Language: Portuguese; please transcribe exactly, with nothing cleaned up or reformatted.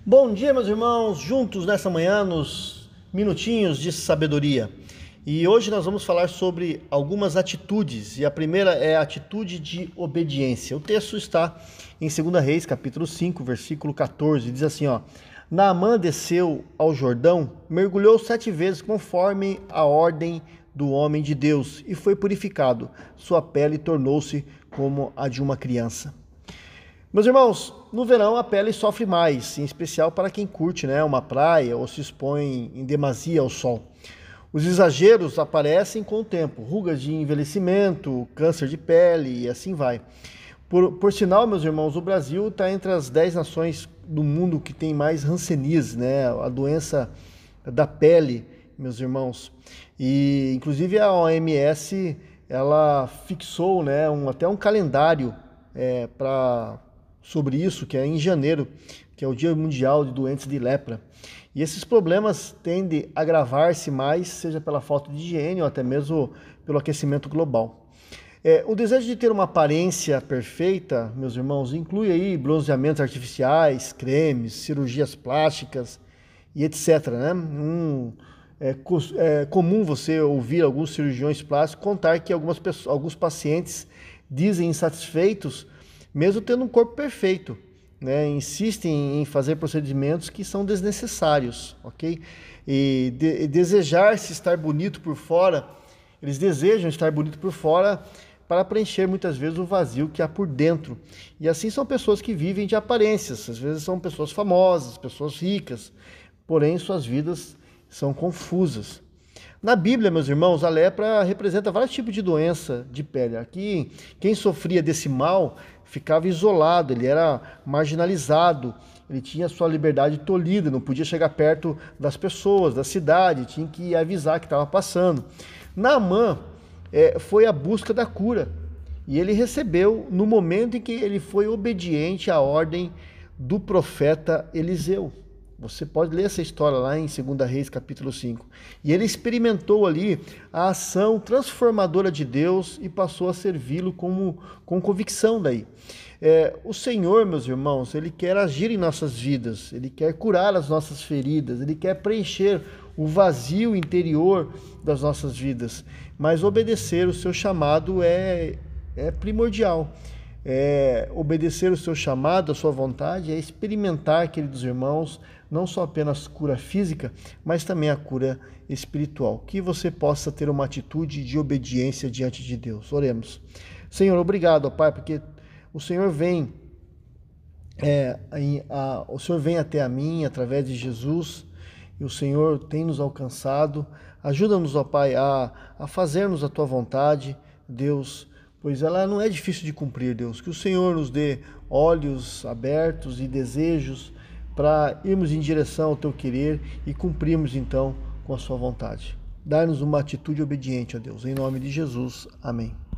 Bom dia, meus irmãos, juntos nessa manhã nos minutinhos de sabedoria. E hoje nós vamos falar sobre algumas atitudes, e a primeira é a atitude de obediência. O texto está em segunda Reis, capítulo cinco, versículo quatorze, diz assim, ó: Naamã desceu ao Jordão, mergulhou sete vezes conforme a ordem do homem de Deus e foi purificado. Sua pele tornou-se como a de uma criança. Meus irmãos, no verão a pele sofre mais, em especial para quem curte, né, uma praia ou se expõe em demasia ao sol. Os exageros aparecem com o tempo, rugas de envelhecimento, câncer de pele e assim vai. Por, por sinal, meus irmãos, o Brasil está entre as dez nações do mundo que tem mais hanseníase, né, a doença da pele, meus irmãos. E inclusive a O M S ela fixou, né, um, até um calendário é, para sobre isso, que é em janeiro, que é o Dia Mundial de Doentes de Lepra. E esses problemas tendem a agravar-se mais, seja pela falta de higiene ou até mesmo pelo aquecimento global. É, o desejo de ter uma aparência perfeita, meus irmãos, inclui aí bronzeamentos artificiais, cremes, cirurgias plásticas e etcétera, né? Um, é, é comum você ouvir alguns cirurgiões plásticos contar que algumas pessoas, alguns pacientes dizem insatisfeitos mesmo tendo um corpo perfeito, né? Insistem em fazer procedimentos que são desnecessários, ok? E, de, e desejar-se estar bonito por fora, eles desejam estar bonito por fora para preencher muitas vezes o vazio que há por dentro. E assim são pessoas que vivem de aparências, às vezes são pessoas famosas, pessoas ricas, porém suas vidas são confusas. Na Bíblia, meus irmãos, a lepra representa vários tipos de doença de pele. Aqui, quem sofria desse mal ficava isolado, ele era marginalizado, ele tinha sua liberdade tolhida, não podia chegar perto das pessoas, da cidade, tinha que avisar que estava passando. Naamã é, foi a busca da cura, e ele recebeu no momento em que ele foi obediente à ordem do profeta Eliseu. Você pode ler essa história lá em segunda Reis, capítulo cinco. E ele experimentou ali a ação transformadora de Deus e passou a servi-lo como, com convicção daí. É, o Senhor, meus irmãos, Ele quer agir em nossas vidas, Ele quer curar as nossas feridas, Ele quer preencher o vazio interior das nossas vidas. Mas obedecer o seu chamado é, é primordial. É, obedecer o seu chamado, a sua vontade, é experimentar, queridos irmãos, não só apenas cura física, mas também a cura espiritual. Que você possa ter uma atitude de obediência diante de Deus. Oremos. Senhor, obrigado, ó Pai, porque o Senhor vem, é, a, o Senhor vem até a mim através de Jesus, e o Senhor tem nos alcançado. Ajuda-nos, ó Pai, a, a fazermos a Tua vontade, Deus, pois ela não é difícil de cumprir, Deus. Que o Senhor nos dê olhos abertos e desejos para irmos em direção ao Teu querer e cumprirmos então com a Sua vontade. Dá-nos uma atitude obediente, ó Deus. Em nome de Jesus. Amém.